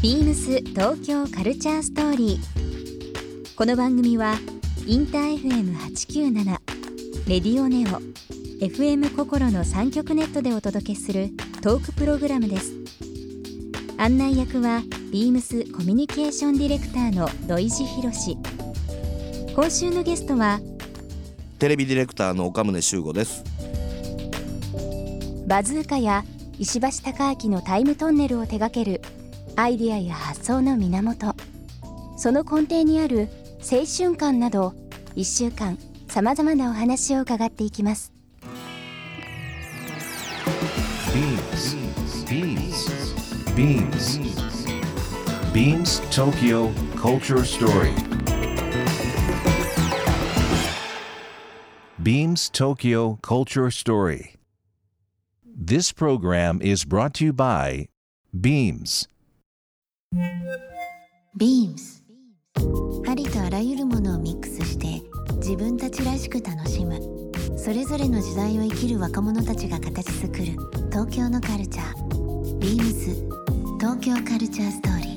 ビームス東京カルチャーストーリー。この番組はインター FM897 レディオネオ FM 心の3極ネットでお届けするトークプログラムです。案内役はビームスコミュニケーションディレクターの土井博志。今週のゲストはテレビディレクターの岡宗修吾です。 バズーカや石橋貴明のタイムトンネルを手掛けるアイデアや発想の源、その根底にある青春感など1週間さまざまなお話を伺っていきます。 Beams Tokyo Culture Story. Beams Tokyo Culture Story. This program is brought to you by Beams. Beams ありとあらゆるものをミックスして自分たちらしく楽しむ、それぞれの時代を生きる若者たちが形作る東京のカルチャー。 Beams 東京カルチャーストーリー。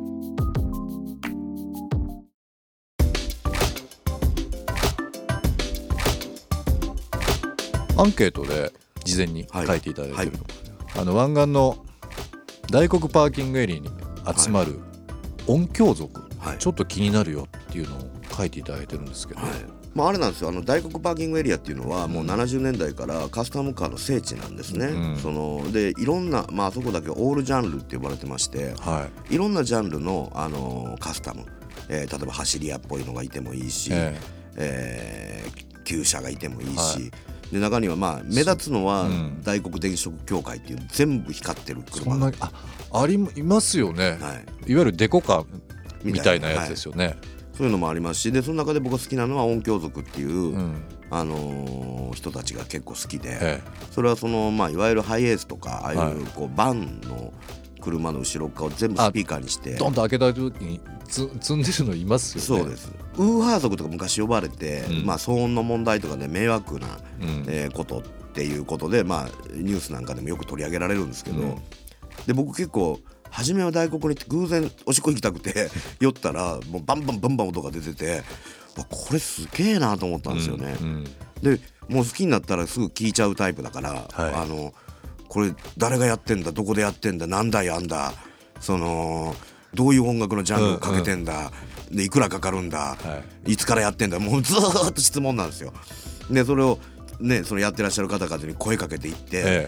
アンケートで事前に書いていただいているの、 はい、 湾岸の大黒パーキングエリアに集まる音響族、はい、ちょっと気になるよっていうのを書いていただいてるんですけど、はい、 あれなんですよ。大黒パーキングエリアっていうのはもう70年代からカスタムカーの聖地なんですね、でいろんな、あそこだけオールジャンルって呼ばれてまして、いろんなジャンルの、カスタム、例えば走り屋っぽいのがいてもいいし、旧車がいてもいいし、で中には目立つのは大黒電飾協会っていう全部光ってる車がいますよね、はい、いわゆるデコカみたいなやつですよね、 そういうのもありますし、でその中で僕が好きなのは音響族っていう、人たちが結構好きで、それはその、いわゆるハイエースとかああいう、バンの車の後ろ側を全部スピーカーにしてドンと開けた時に積んでるのいますよね。 そうです。ウーハー族とか昔呼ばれて、騒音の問題とかで迷惑な、ことっていうことで、ニュースなんかでもよく取り上げられるんですけど、で僕結構初めは大黒に行って偶然おしっこ行きたくて寄ったらもうバンバンバンバン音が出てて、これすげえなと思ったんですよね、でもう好きになったらすぐ聞いちゃうタイプだから、これ誰がやってんだ、どこでやってんだ、何台あんだ、どういう音楽のジャンルをかけてんだ、でいくらかかるんだ、いつからやってんだ、もうずーっと質問なんですよ。でそれをね、そのやってらっしゃる方々に声かけていって、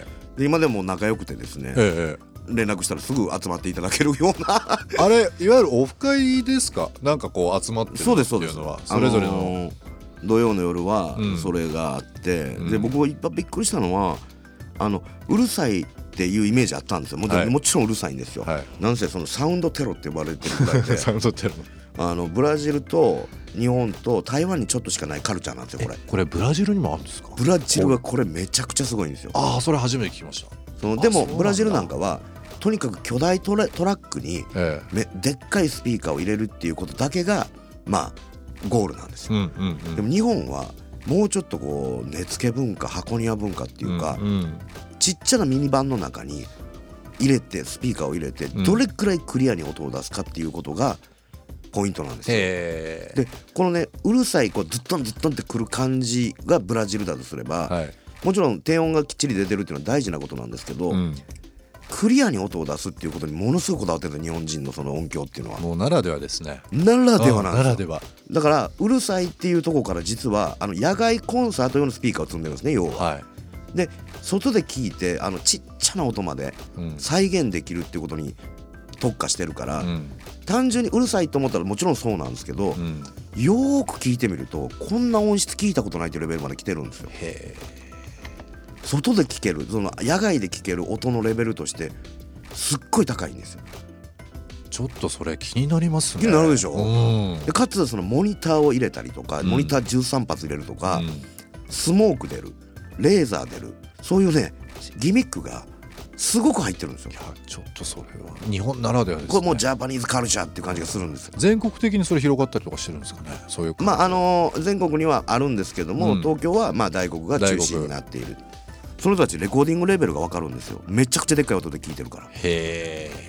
で今でも仲良くてですね、連絡したらすぐ集まっていただけるようなあれいわゆるオフ会ですか、なんかこう集まってるっていうのはそれぞれの、 土曜の夜はそれがあって、で僕がいっぱいびっくりしたのはうるさいっていうイメージあったんですよ。もちろんうるさいんですよ、なんせそのサウンドテロって呼ばれてるぐらいでサウンドテロ、 ブラジルと日本と台湾にちょっとしかないカルチャーなんですよ。 これブラジルにもあるんですか？ ブラジルはこれめちゃくちゃすごいんですよ。 それ初めて聞きました。 でもブラジルなんかはとにかく巨大トラックにでっかいスピーカーを入れるっていうことだけがゴールなんですよ、でも日本はもうちょっとこう根付け文化、箱庭文化っていうか、ちっちゃなミニバンの中に入れてスピーカーを入れてどれくらいクリアに音を出すかっていうことがポイントなんですよ。でこのね、うるさいこうズットンズットンってくる感じがブラジルだとすれば、もちろん低音がきっちり出てるっていうのは大事なことなんですけど、クリアに音を出すっていうことにものすごくこだわってるんですよ、日本人のその音響っていうのは。 もうならではですね。 ならではなんですよ。 ならでは。 だからうるさいっていうところから実は野外コンサート用のスピーカーを積んでるんですね、要は、で外で聞いてちっちゃな音まで再現できるっていうことに特化してるから、単純にうるさいと思ったらもちろんそうなんですけど、よーく聞いてみるとこんな音質聞いたことないというレベルまで来てるんですよ。外で聞ける、その野外で聞ける音のレベルとしてすっごい高いんですよ。 ちょっとそれ気になりますね。 気になるでしょ、でかつそのモニターを入れたりとか、モニター13発入れるとか、スモーク出る、レーザー出る、そういうねギミックがすごく入ってるんですよ。 いやちょっとそれは日本ならではですね。 これもうジャパニーズカルチャーっていう感じがするんですよ。 全国的にそれ広がったりとかしてるんですかね、そういう全国にはあるんですけども、東京は大黒が中心になっている。その人たちレコーディングレベルが分かるんですよ。めちゃくちゃでっかい音で聴いてるから。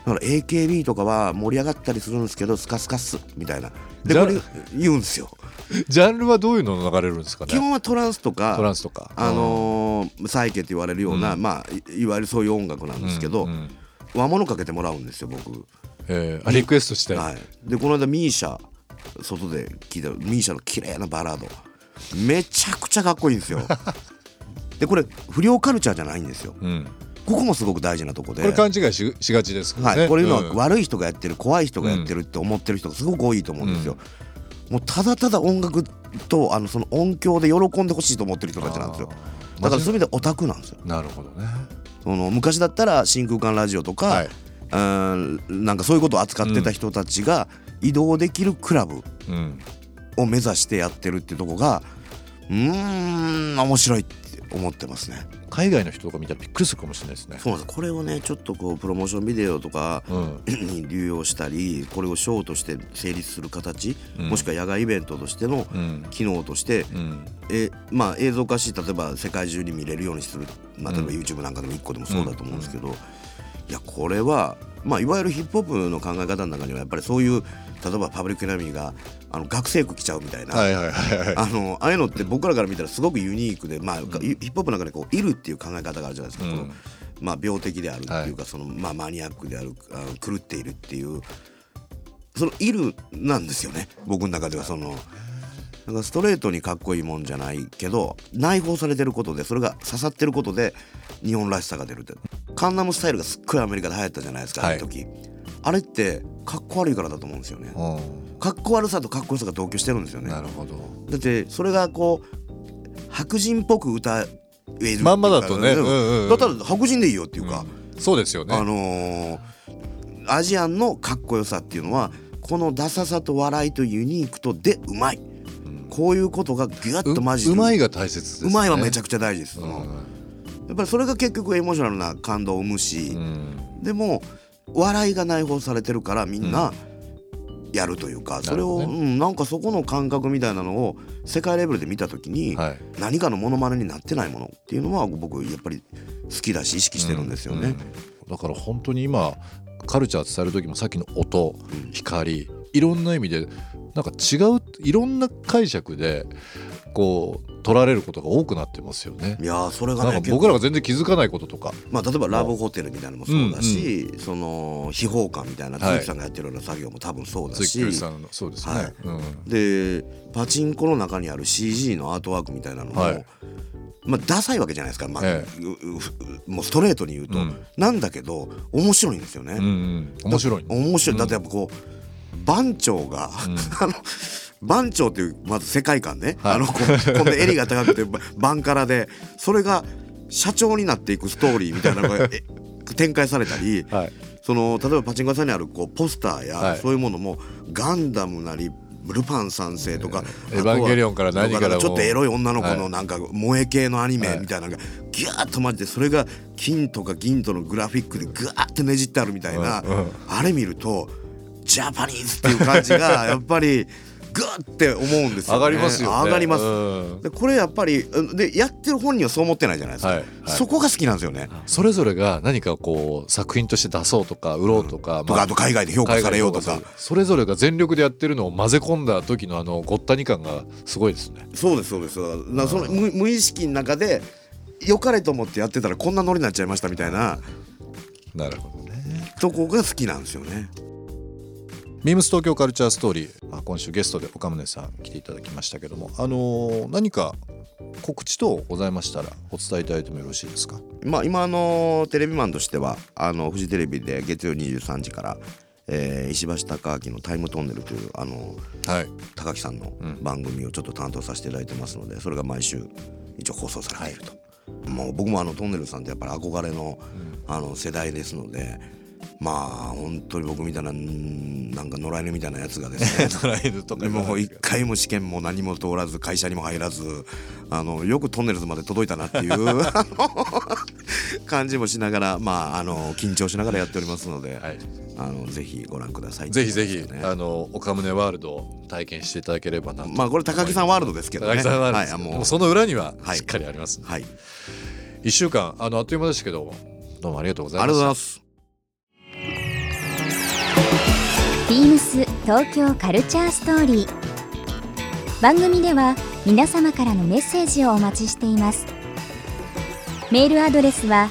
だから AKB とかは盛り上がったりするんですけどスカスカっすみたいなでこれ言うんですよ。 ジャンルはどういうの流れるんですかね。 基本はトランスとかサイケって言われるような、いわゆるそういう音楽なんですけど、和物かけてもらうんですよ僕。 リクエストして、 でこの間ミーシャ外で聴いたミーシャの綺麗なバラードめちゃくちゃかっこいいんですよ。でこれ不良カルチャーじゃないんですよ、ここもすごく大事なとこで、 これ勘違い しがちですからね、 これいうのは悪い人がやってる怖い人がやってるって思ってる人がすごく多いと思うんですよ、もうただただ音楽とその音響で喜んでほしいと思ってる人たちなんですよ。だからそういう意味でオタクなんですよ。 なるほどね。 昔だったら真空管ラジオとか、なんかそういうことを扱ってた人たちが移動できるクラブを目指してやってるっていうとこが面白いって思ってますね。 海外の人とか見たらびっくりするかもしれないですね。 そうなんです。これをねちょっとこうプロモーションビデオとかに流用したり、これをショーとして成立する形、もしくは野外イベントとしての機能として、映像化し例えば世界中に見れるようにする、例えば YouTube なんかでも1個でもそうだと思うんですけど、いやこれはいわゆるヒップホップの考え方の中にはやっぱりそういう例えばパブリックエナミーが学生服着ちゃうみたいな、ああいうのって僕らから見たらすごくユニークで、ヒップホップの中にこういるっていう考え方があるじゃないですか、この病的であるっていうか、そのマニアックである狂っているっていうそのいるなんですよね僕の中では。なんかストレートにかっこいいもんじゃないけど内包されてることでそれが刺さってることで日本らしさが出るって。カンナムスタイルがすっごいアメリカで流行ったじゃないですか、あの時。あれってかっこ悪いからだと思うんですよね。かっこ悪さとかっこよさが同居してるんですよね。 なるほど。 だってそれがこう白人っぽく歌えるまんまだとね、 だったら白人でいいよっていうか、 そうですよね。 アジアンのかっこよさっていうのはこのダサさと笑いとユニークとでうまい、こういうことがギュッとマジでうまいが大切ですね。 うまいはめちゃくちゃ大事です。やっぱりそれが結局エモーショナルな感動を生むし、でも笑いが内包されてるからみんなやるというか、それをなんかそこの感覚みたいなのを世界レベルで見た時に、何かのモノマネになってないものっていうのは僕やっぱり好きだし意識してるんですよね。 だから本当に今カルチャー伝える時もさっきの音、光、いろんな意味でなんか違ういろんな解釈でこう取られることが多くなってますよね。 いやそれがね、 なんか僕らが全然気づかないこととか、 例えばラブホテルみたいなのもそうだし、その秘宝館みたいな鈴木さんがやってるような作業も多分そうだし、 鈴木さんのそうですね、 でパチンコの中にある CG のアートワークみたいなのも、ダサいわけじゃないですか、もうストレートに言うと、なんだけど面白いんですよね。面白い。だってやっぱこう番長が、番長っていうまず世界観ね、こんで襟が高くてバンカラでそれが社長になっていくストーリーみたいなのが展開されたり、その例えばパチンコ屋さんにあるこうポスターや、そういうものもガンダムなりルパン三世とか、 エヴァンゲリオンから何からもちょっとエロい女の子のなんか萌え系のアニメみたいなのがギューッとマジでそれが金とか銀とのグラフィックでグワーってねじってあるみたいな、あれ見るとジャパニーズっていう感じがやっぱりグッって思うんですよね。 上がりますよね。 上がります。でこれやっぱりでやってる本人はそう思ってないじゃないですか、そこが好きなんですよね。 それぞれが何かこう作品として出そうとか売ろうとか、 あと海外で評価されようとか、 それぞれが全力でやってるのを混ぜ込んだ時のごったに感がすごいですね。 そうです。その無意識の中で良かれと思ってやってたらこんなノリになっちゃいましたみたいな。 なるほどね。 そこが好きなんですよね。 ビームス東京カルチャーストーリー、今週ゲストで岡宗さん来ていただきましたけども、何か告知等ございましたらお伝えいただいてもよろしいですか。 今テレビマンとしてはフジテレビで月曜23時から、石橋貴明のタイムトンネルという高木さんの番組をちょっと担当させていただいてますので、それが毎週一応放送されていると、もう僕もトンネルさんってやっぱり憧れの、世代ですので、本当に僕みたいななんか野良犬みたいなやつがですね野良犬とかもう一回も試験も何も通らず会社にも入らずよくトンネルズまで届いたなっていう感じもしながら緊張しながらやっておりますので、ぜひご覧ください。 ぜひぜひ岡宗ワールドを体験していただければなと。 これ高木さんワールドですけどね。 高木さんワールドです、もうその裏にはしっかりあります、1週間あっという間でしたけど、どうもありがとうございました。 ありがとうございます。 ビームス東京カルチャーストーリー。番組では皆様からのメッセージをお待ちしています。メールアドレスは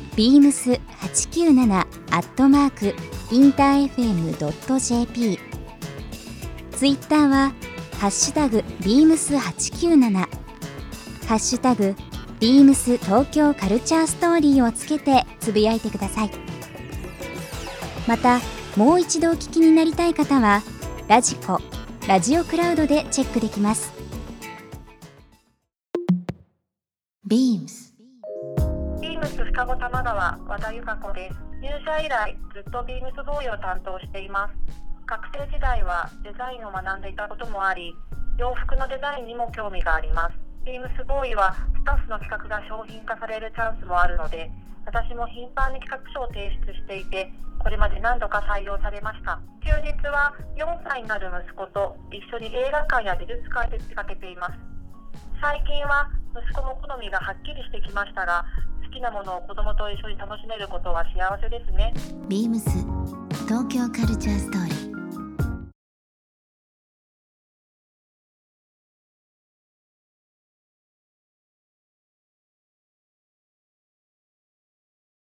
beams897@interfm.jp。 ツイッターはハッシュタグ beams897、 ハッシュタグ beams 東京カルチャーストーリーをつけてつぶやいてください。またもう一度お聞きになりたい方はラジコ、ラジオクラウドでチェックできます。 BEAMS 双子玉川和田由香子です。入社以来ずっとビームスボーイを担当しています。学生時代はデザインを学んでいたこともあり、洋服のデザインにも興味があります。ビームスボーイはスタッフの企画が商品化されるチャンスもあるので、私も頻繁に企画書を提出していて、これまで何度か採用されました。休日は4歳になる息子と一緒に映画館や美術館で出かけています。最近は息子の好みがはっきりしてきましたが、好きなものを子供と一緒に楽しめることは幸せですね。 BEAMS東京カルチャーストーリー。